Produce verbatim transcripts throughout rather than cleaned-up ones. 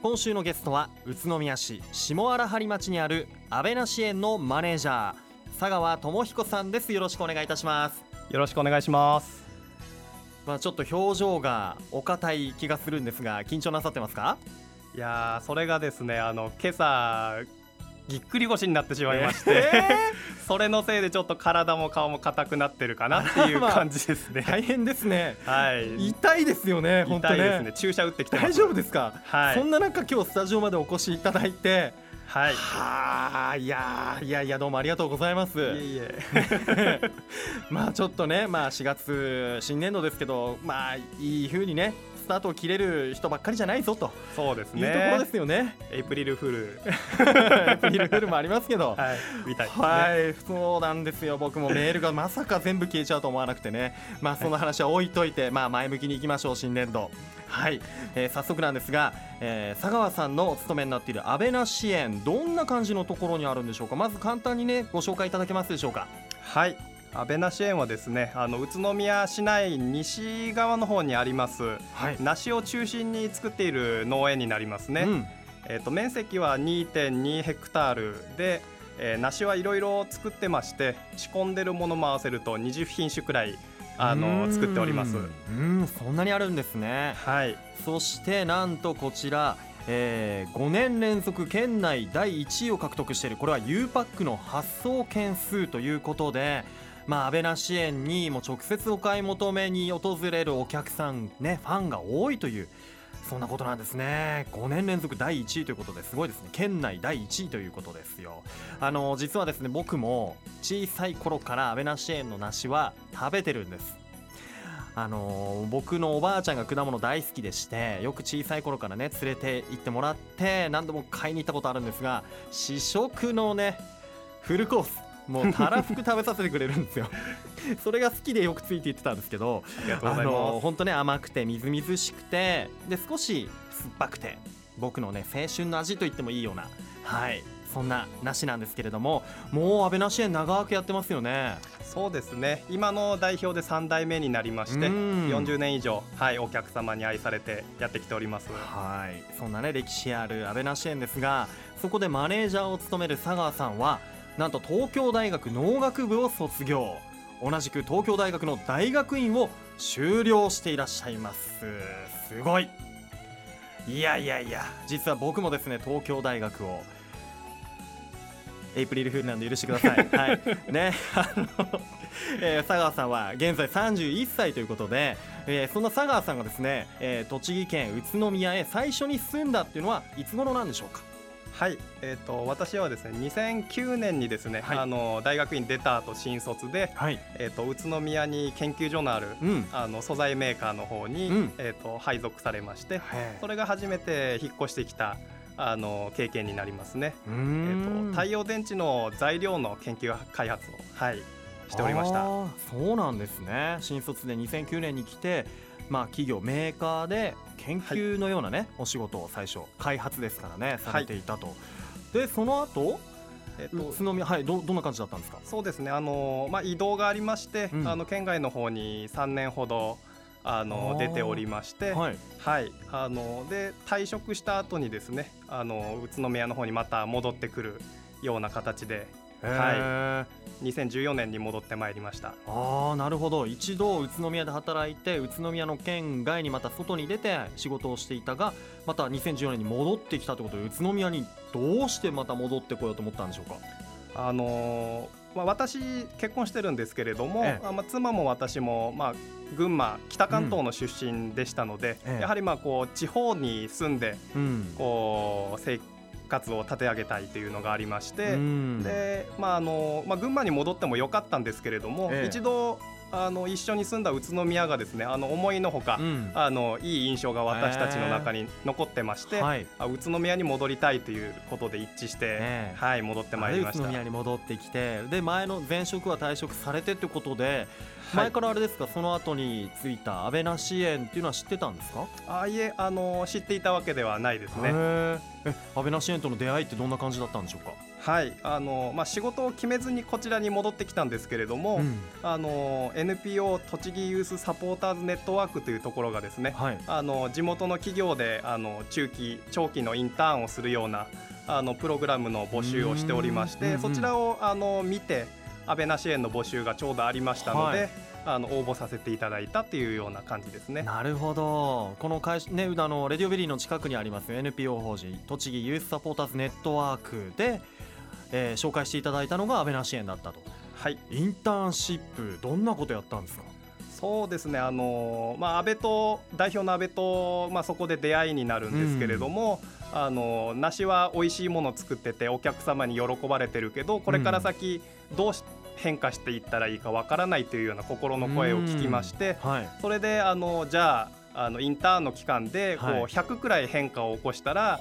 今週のゲストは宇都宮市下荒張町にある安倍梨園のマネージャー佐川智彦さんです。よろしくお願いいたします。 よろしくお願いします。 まあ、ちょっと表情がお堅い気がするんですが、緊張なさってますか？ いやーそれがですね、あの今朝ぎっくり腰になってしまいまして、えー、それのせいでちょっと体も顔も硬くなってるかなっていう感じですね。 大変ですね、 はい、 痛いですよね。本当ね、 痛いですね。注射打ってきてます。 大丈夫ですか？ はい、 そんな中今日スタジオまでお越しいただいて、 はい、 はあ、いやいやいやどうもありがとうございます。 いえいえまあちょっとね、まあ、しがつ新年度ですけど、まあいい風にねスタートを切れる人ばっかりじゃないぞとそうですね、 いうところですよね。 エイプリルフルエイプリルフルもありますけど、 はい、みたいですね。 はい、そうなんですよ。僕もメールがまさか全部消えちゃうと思わなくてね、まあその話は置いといて、まあ前向きにいきましょう。新年度、はい、えー、早速なんですが、えー、佐川さんのお勤めになっている安倍梨園、どんな感じのところにあるんでしょうか？まず簡単にねご紹介いただけますでしょうか？ はい、安倍梨園はですね、あの宇都宮市内西側の方にあります、はい、梨を中心に作っている農園になりますね。うん、えーと、面積は にてんにヘクタールで、えー、梨はいろいろ作ってまして、仕込んでるものも合わせるとにじゅっひんしゅくらいあの作っております。 うん、そんなにあるんですね。 はい、 そしてなんとこちら、えー、ごねん連続県内だいいちいを獲得している、これは ユーパック の発送件数ということで、まあ、安倍梨園にも直接お買い求めに訪れるお客さん、ね、ファンが多いという、そんなことなんですね。ごねん連続だいいちいということですごいですね。県内だいいちいということですよ。あの実はですね、僕も小さい頃から安倍梨園の梨は食べてるんです。あの僕のおばあちゃんが果物大好きでして、よく小さい頃からね連れて行ってもらって何度も買いに行ったことあるんですが、試食のねフルコース、もうたらふく食べさせてくれるんですよ。それが好きでよくついていってたんですけど、 ありがとうございます。 本当ね、甘くてみずみずしくて、で少し酸っぱくて、僕のね青春の味と言ってもいいような、はい、そんな梨なんですけれども、もう安倍梨園長くやってますよね。 そうですね、今の代表でさんだいめになりまして、よんじゅうねん以上、はい、お客様に愛されてやってきております。 はい、そんなね歴史ある安倍梨園ですが、そこでマネージャーを務める佐川さんはなんと東京大学農学部を卒業、同じく東京大学の大学院を修了していらっしゃいます。すごい。いやいやいや、実は僕もですね東京大学を、エイプリルフールなんで許してください。はいね、あの、えー、佐川さんは現在さんじゅういっさいということで、えー、そんな佐川さんがですね、えー、栃木県宇都宮へ最初に住んだっていうのはいつ頃なんでしょうか？ はい、えー、と私はですねにせんきゅうねんにですね、はい、あの大学院出た後新卒で、はい、えー、と宇都宮に研究所のある、うん、あの素材メーカーの方に、うん、えー、と配属されまして、それが初めて引っ越してきたあの経験になりますね。えー、と太陽電池の材料の研究開発を、はい、しておりました。 そうなんですね。新卒でにせんきゅうねんに来て、まあ、企業メーカーで研究のようなね、はい、お仕事を最初開発ですからねされていたと、はい、でその後、えっと、宇都宮、はい、ど, どんな感じだったんですか？ そうですね、あの、まあ、移動がありまして、うん、あの県外の方にさんねんほどあの出ておりまして、はいはい、あので退職した後にですね、あの宇都宮の方にまた戻ってくるような形で、はい、にせんじゅうよねんに戻ってまいりました。 あー、なるほど。一度宇都宮で働いて宇都宮の県外にまた外に出て仕事をしていたが、またにせんじゅうよねんに戻ってきたということで、宇都宮にどうしてまた戻ってこようと思ったんでしょうか？ あのーまあ、私結婚してるんですけれども、ええ、まあ、妻も私も、まあ、群馬北関東の出身でしたので、うん、やはりまあこう地方に住んで、うん、こう生活を立て上げたいというのがありまして、うん、で、まああのまあ、群馬に戻ってもよかったんですけれども、ええ、一度あの一緒に住んだ宇都宮がですね、あの思いのほか、うん、あのいい印象が私たちの中に残ってまして、えーはい、あ宇都宮に戻りたいということで一致して、えーはい、戻ってまいりました。 宇都宮に戻ってきて、で前の前職は退職されてということで、 前からあれですか、その後についた安倍な支援っていうのは知ってたんですか？ あいえ、あの知っていたわけではないですね。 え安倍な支援との出会いってどんな感じだったんでしょうか？ はいあのまあ、仕事を決めずにこちらに戻ってきたんですけれども、うん、あの エヌピーオー 栃木ユースサポーターズネットワークというところがですね、はい、あの地元の企業であの中期長期のインターンをするようなあのプログラムの募集をしておりまして、うんうん、そちらをあの見て安倍な支援の募集がちょうどありましたので、はい、あの応募させていただいたっていうような感じですね。 なるほど。この会社、ね、あのレディオベリーの近くにあります エヌピーオー 法人栃木ユースサポーターズネットワークで、えー、紹介していただいたのが安倍な支援だったと。はい。インターンシップどんなことやったんですか？ そうですね、あのまあ、安倍と代表の安倍と、まあ、そこで出会いになるんですけれども、うん、あの梨は美味しいものを作っててお客様に喜ばれてるけど、これから先どうし変化していったらいいかわからないというような心の声を聞きまして、はい、それであのじゃああのインターンの期間でこうひゃくくらい変化を起こしたら、はい、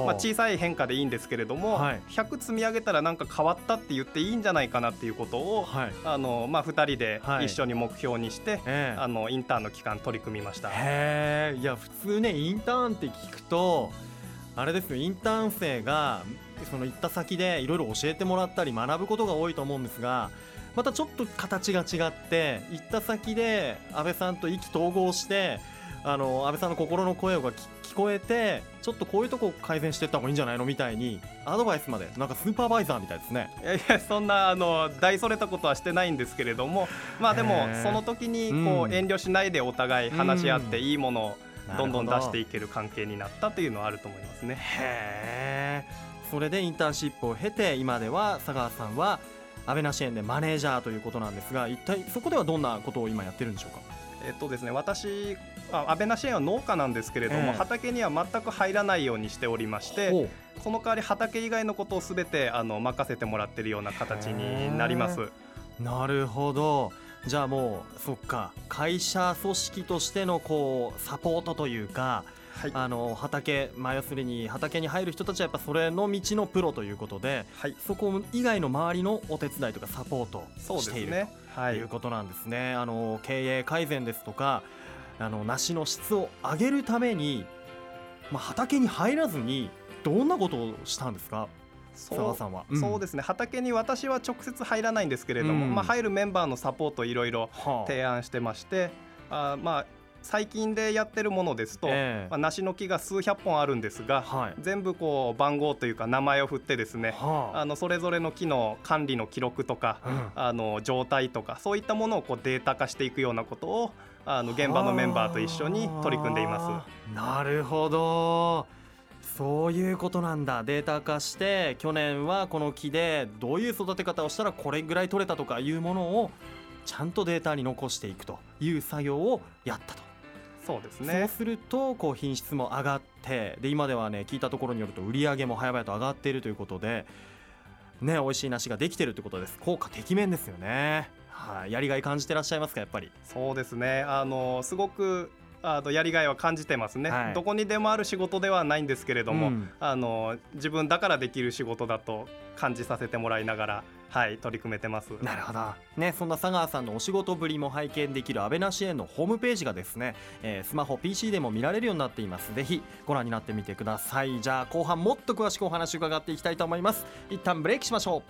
まあ、小さい変化でいいんですけれども、はい、ひゃく積み上げたらなんか変わったって言っていいんじゃないかなっていうことを、はい、あのまあ、ふたりで一緒に目標にして、はい、あのインターンの期間取り組みました。 へー、いや普通ねインターンって聞くとあれですよ、インターン生がその行った先でいろいろ教えてもらったり学ぶことが多いと思うんですが、またちょっと形が違って行った先で安倍さんと意気投合してあの安倍さんの心の声が聞こえて、ちょっとこういうとこ改善していった方がいいんじゃないのみたいにアドバイスまで、なんかスーパーバイザーみたいですね。 いやいや、そんなあの大それたことはしてないんですけれども、まあでもその時にこう遠慮しないでお互い話し合っていいものをどんどん出していける関係になったというのはあると思いますね。 へー。それでインターンシップを経て今では佐川さんは安倍な支援でマネージャーということなんですが、一体そこではどんなことを今やってるんでしょうか？ えっとですね、私安倍な支援は農家なんですけれども、えー、畑には全く入らないようにしておりまして、その代わり畑以外のことをすべてあの任せてもらっているような形になります。 なるほど。じゃあもうそっか、会社組織としてのこうサポートというか、はい、あの畑、まあ、要するに畑に入る人たちはやっぱそれの道のプロということで、はい、そこ以外の周りのお手伝いとかサポートしている、ね、と、はい、いうことなんですね。あの経営改善ですとかあの梨の質を上げるために、まあ、畑に入らずにどんなことをしたんですか？佐川さんは。 うん、そうですね、畑に私は直接入らないんですけれども、うん、まあ、入るメンバーのサポートをいろいろ提案してまして、はあ、あまあ最近でやってるものですと、えーまあ、梨の木が数百本あるんですが、はい、全部こう番号というか名前を振ってですね、はあ、あのそれぞれの木の管理の記録とか、うん、あの状態とかそういったものをこうデータ化していくようなことをあの現場のメンバーと一緒に取り組んでいます。 なるほど、そういうことなんだ。データ化して去年はこの木でどういう育て方をしたらこれぐらい取れたとかいうものをちゃんとデータに残していくという作業をやったと。 そうですね。 そうするとこう品質も上がって、で今ではね聞いたところによると売り上げも早々と上がっているということでね、美味しい梨ができているということです。効果てきめんですよね。はい、やりがい感じてらっしゃいますか？やっぱり。 そうですね、あのすごくあのやりがいは感じてますね。はい、どこにでもある仕事ではないんですけれども、うん、あの自分だからできる仕事だと感じさせてもらいながら、はい、取り組めてます。 なるほど、ね、そんな佐川さんのお仕事ぶりも拝見できる安倍な支援のホームページがですね、えー、スマホ ピーシー でも見られるようになっています。ぜひご覧になってみてください。じゃあ後半もっと詳しくお話伺っていきたいと思います。一旦ブレイクしましょ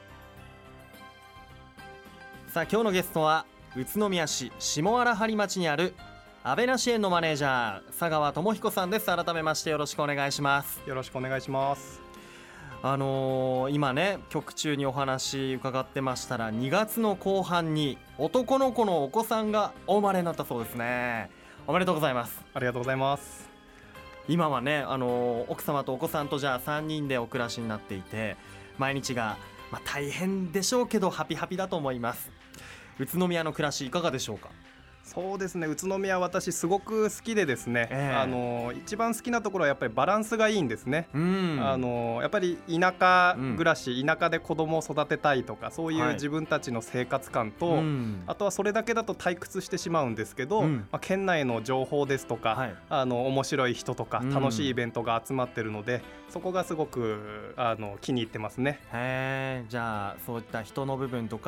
う。さあ今日のゲストは宇都宮市下荒張町にある安倍な支援のマネージャー佐川智彦さんです。改めましてよろしくお願いします。 よろしくお願いします。 あのー、今ね曲中にお話伺ってましたらにがつの後半に男の子のお子さんがお生まれになったそうですね。おめでとうございます。 ありがとうございます。 今はね、あのー、奥様とお子さんとじゃあさんにんでお暮らしになっていて毎日が、まあ、大変でしょうけどハピハピだと思います。宇都宮の暮らしいかがでしょうか？ そうですね、宇都宮私すごく好きでですね、えー、あの一番好きなところはやっぱりバランスがいいんですね。うん、あのやっぱり田舎暮らし、うん、田舎で子供を育てたいとかそういう自分たちの生活感と、はい、あとはそれだけだと退屈してしまうんですけど、うん、まあ、県内の情報ですとか、はい、あの面白い人とか楽しいイベントが集まってるので、うん、そこがすごくあの気に入ってますね。 へー、じゃあそういった人の部分とか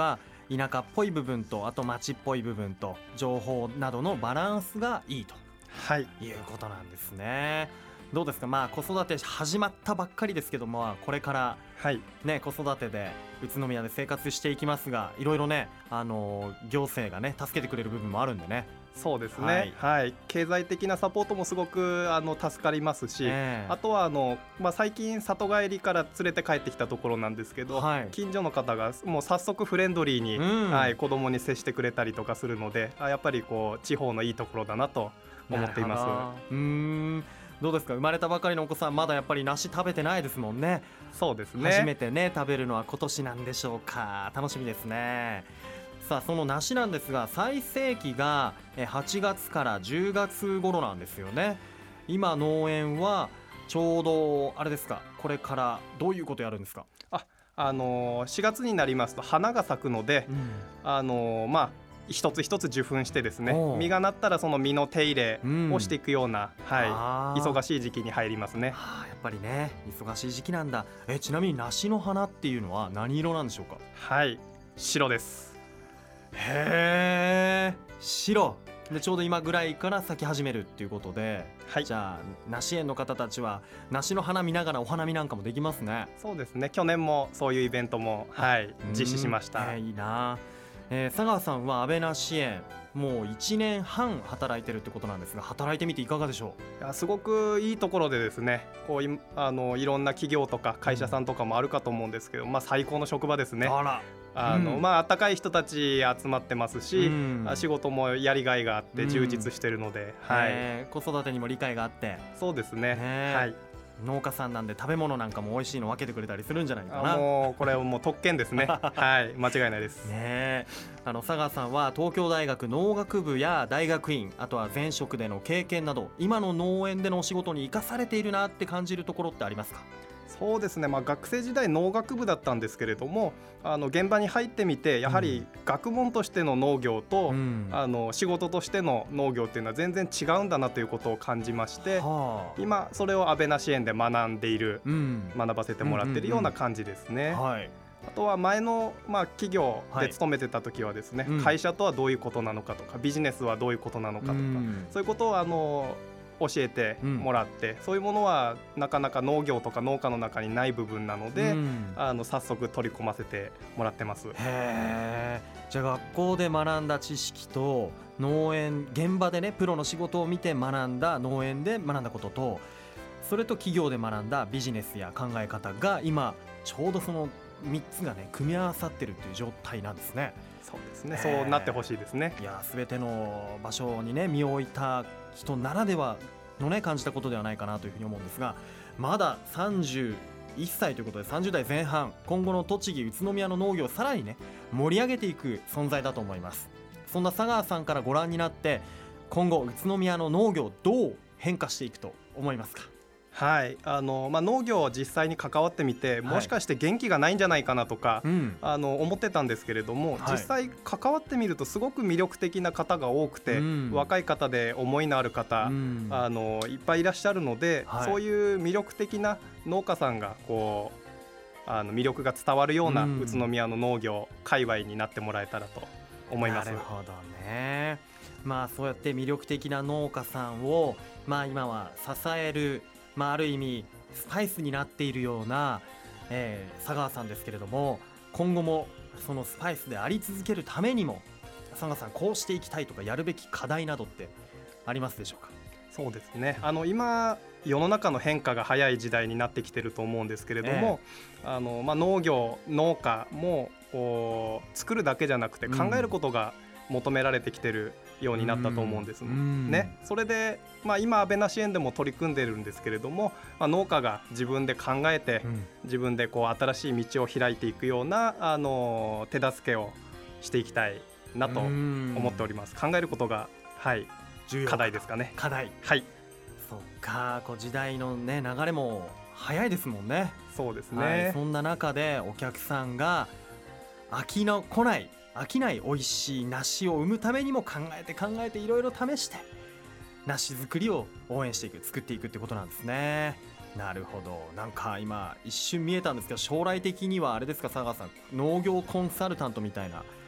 田舎っぽい部分とあと町っぽい部分と情報などのバランスがいいと、はい、いうことなんですね。どうですか、まあ、子育て始まったばっかりですけども、これから、ね、子育てで宇都宮で生活していきますが、いろいろね、あの行政がね助けてくれる部分もあるんでね。 そうですね、はいはい、経済的なサポートもすごくあの助かりますし、えー、あとはあの、まあ、最近里帰りから連れて帰ってきたところなんですけど、はい、近所の方がもう早速フレンドリーに、うんはい、子供に接してくれたりとかするので、あやっぱりこう地方のいいところだなと思っています。 うーん、どうですか、生まれたばかりのお子さんまだやっぱり梨食べてないですもんね。 そうですね、 初めてね食べるのは今年なんでしょうか。楽しみですね。さあその梨なんですが、最盛期がはちがつからじゅうがつ頃なんですよね。今農園はちょうどあれですか、これからどういうことやるんですか。 あ、あのー、しがつになりますと花が咲くので、うん、あのー、まあ一つ一つ受粉してですね、実がなったらその実の手入れをしていくような、うんはい、忙しい時期に入りますね。 はあ、やっぱりね忙しい時期なんだ。えちなみに梨の花っていうのは何色なんでしょうか。 はい、白です。 へー、白でちょうど今ぐらいから咲き始めるっていうことで、はい、じゃあ梨園の方たちは梨の花見ながらお花見なんかもできますね。 そうですね、去年もそういうイベントも、はい、実施しました。 えー、いいな。えー、佐川さんは安倍梨園もういちねんはん働いてるってことなんですが、働いてみていかがでしょう。いやすごくいいところでですね、こう い, あのいろんな企業とか会社さんとかもあるかと思うんですけど、まあ、最高の職場ですね。 あらあの、うん、まあ温かい人たち集まってますし、うん、仕事もやりがいがあって充実してるので、 うんはいえー、子育てにも理解があって。 そうですね、ねはい、 農家さんなんで食べ物なんかも美味しいの分けてくれたりするんじゃないかな。 あもうこれはもう特権ですねはい間違いないですね。あの佐川さんは東京大学農学部や大学院、あとは前職での経験など今の農園でのお仕事に生かされているなって感じるところってありますか。 そうですね、まあ、学生時代農学部だったんですけれども、あの現場に入ってみてやはり学問としての農業と、うん、あの仕事としての農業っていうのは全然違うんだなということを感じまして、はあ、今それを安倍梨園で学んでいる、うん、学ばせてもらっているような感じですね、うんうんうんはい、あとは前の、まあ、企業で勤めてた時はですね、はい、会社とはどういうことなのかとかビジネスはどういうことなのかとか、うん、そういうことをあの教えてもらって、うん、そういうものはなかなか農業とか農家の中にない部分なので、うん、あの早速取り込ませてもらってます。 へー、じゃあ学校で学んだ知識と農園現場でねプロの仕事を見て学んだ農園で学んだことと、それと企業で学んだビジネスや考え方が今ちょうどそのみっつがね組み合わさってるっていう状態なんですね。 そうですね、そうなってほしいですね。 いや全ての場所にね身を置いた人ならではのね感じたことではないかなというふうに思うんですが、まださんじゅういっさいということでさんじゅうだいぜん半、今後の栃木宇都宮の農業をさらにね盛り上げていく存在だと思います。そんな佐川さんからご覧になって今後宇都宮の農業どう変化していくと思いますか。 はいあのまあ、農業を実際に関わってみて、もしかして元気がないんじゃないかなとか、はい、あの思ってたんですけれども、はい、実際関わってみるとすごく魅力的な方が多くて、うん、若い方で思いのある方、うん、あのいっぱいいらっしゃるので、はい、そういう魅力的な農家さんがこうあの魅力が伝わるような宇都宮の農業界隈になってもらえたらと思います。 なるほどね。まあそうやって魅力的な農家さんを、まあ、今は支える、まあ、ある意味スパイスになっているような、えー、佐川さんですけれども、今後もそのスパイスであり続けるためにも佐川さんこうしていきたいとかやるべき課題などってありますでしょうか。 そうですね、あの今世の中の変化が早い時代になってきてると思うんですけれども、えーあのまあ、農業農家もこう作るだけじゃなくて考えることが求められてきてるようになったと思うんですね。それで、まあ、今安倍梨園でも取り組んでるんですけれども、まあ、農家が自分で考えて、うん、自分でこう新しい道を開いていくようなあの手助けをしていきたいなと思っております。考えることが、はい、重要課題ですかね。 課題、 はい、 そっか、こう時代の、ね、流れも早いですもんね。 そうですね、 はい、そんな中でお客さんが飽きの来ない飽きない美味しい梨を生むためにも考えて考えていろいろ試して梨作りを応援していく、作っていくってことなんですね。なるほど。なんか今一瞬見えたんですけど、将来的にはあれですか、佐川さん、農業コンサルタントみたいな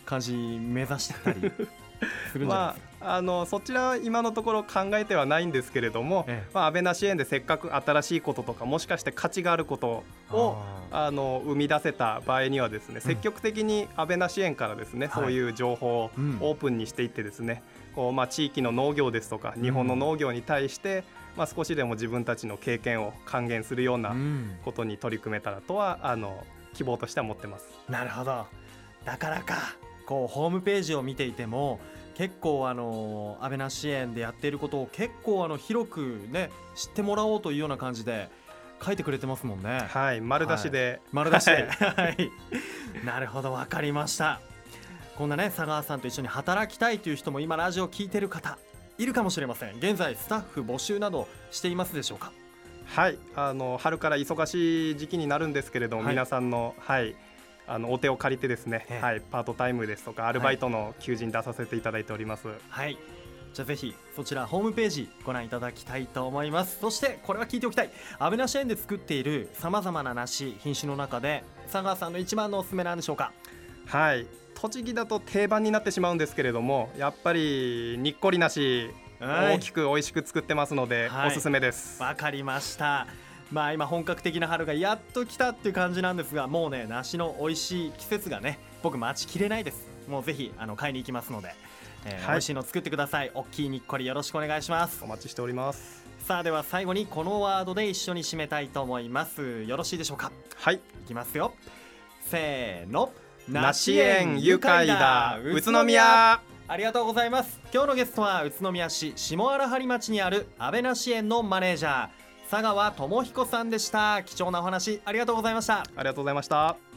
感じ目指したりするんじゃないですか？ まあ、あのそちらは今のところ考えてはないんですけれども、ええまあ、安倍な支援でせっかく新しいこととかもしかして価値があることをあの生み出せた場合にはですね、積極的に安倍な支援からですね、うん、そういう情報をオープンにしていってですね、はい、こうまあ、地域の農業ですとか日本の農業に対して、うんまあ、少しでも自分たちの経験を還元するようなことに取り組めたらとはあの希望としては持ってます。 なるほど。なかなかこうホームページを見ていても結構あの安倍な支援でやっていることを結構あの広くね知ってもらおうというような感じで書いてくれてますもんね。 はい、丸出しで、 はい、丸出しで、はい、なるほど、分かりました。こんなね佐川さんと一緒に働きたいという人も今ラジオ聞いてる方いるかもしれません。現在スタッフ募集などしていますでしょうか？ はい、あの春から忙しい時期になるじけれども、はい、皆さんの、はい、あのお手を借りてですね、はい、パートタイムですとかアルバイトの求人出させていただいております。 はい、はい、じゃあぜひそちらホームページご覧いただきたいと思います。そしてこれは聞いておきたい、安倍な支援で作っているさまざまな梨品種の中で佐川さんの一番のおすすめなんでしょうか？ はい、栃木だと定番になってしまうんですけれども、やっぱりにっこり梨大きく美味しく作ってますので、はい、おすすめです。 わかりました。まあ今本格的な春がやっと来たっていう感じなんですが、もうね梨の美味しい季節がね僕待ちきれないです。もうぜひあの買いに行きますので、えーはい、美味しいの作ってください。大きいにっこりよろしくお願いします。 お待ちしております。 さあでは最後にこのワードで一緒に締めたいと思います。よろしいでしょうか？ はい、 いきますよ。せーの、 梨園愉快だ宇都宮。 ありがとうございます。今日のゲストは宇都宮市下荒張町にある安倍梨園のマネージャー佐川智彦さんでした。貴重なお話ありがとうございました。 ありがとうございました。